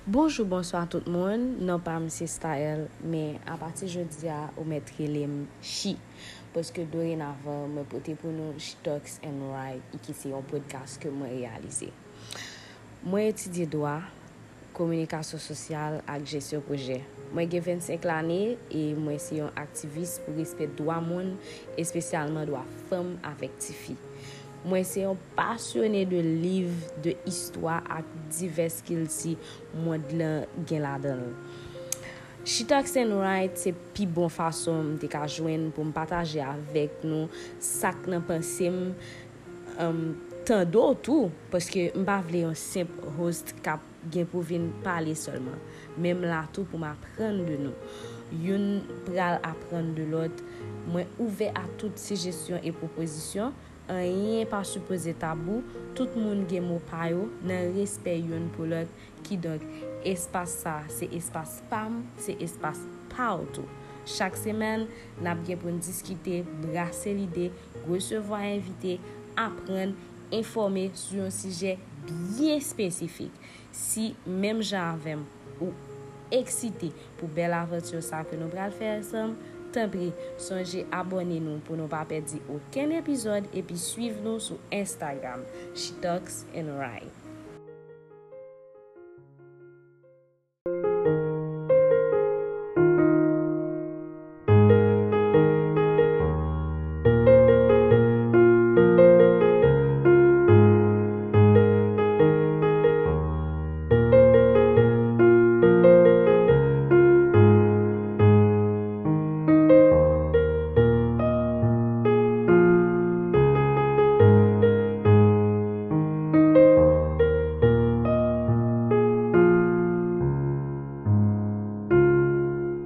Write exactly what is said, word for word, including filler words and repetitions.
Bonjour, bonsoir tout le monde. Non pas M. Style, mais à partir de jeudi, on mettre les chi. Parce que dorénavant, je porte pour nous She Talks and Write, qui c'est un podcast que moi réalisé. Moi étudie droit, communication sociale et gestion projet. Moi j'ai vingt-cinq années et moi c'est un activiste pour respect droit monde et spécialement droit femmes avec filles. Moi c'est un passionné de livres, de histoire et divers skills si moi de la gen là-dedans. She Talks and Write c'est pi bon façon de ka joindre pour me partager avec nous ça que nan pensé um, tant d'autres parce que m'pa vle un simple host cap gen pour venir parler seulement même là tout pour m'apprendre de nous yon pral apprendre de l'autre moi ouvert à toutes suggestions et propositions rien pas supposé tabou tout monde gen mot pa yo nan respect yon pour l'autre qui donc espace ça c'est espace pam c'est espace partout. Chaque semaine n'a bien pour discuter brasser l'idée recevoir invité apprendre informer sur un sujet bien spécifique. Si même j'avais ou excité pour belle aventure ça que nous allons faire ensemble, tant pis, songez abonnez-nous pour ne pas perdre aucun épisode et puis suivez-nous sur Instagram, She Talks and Write.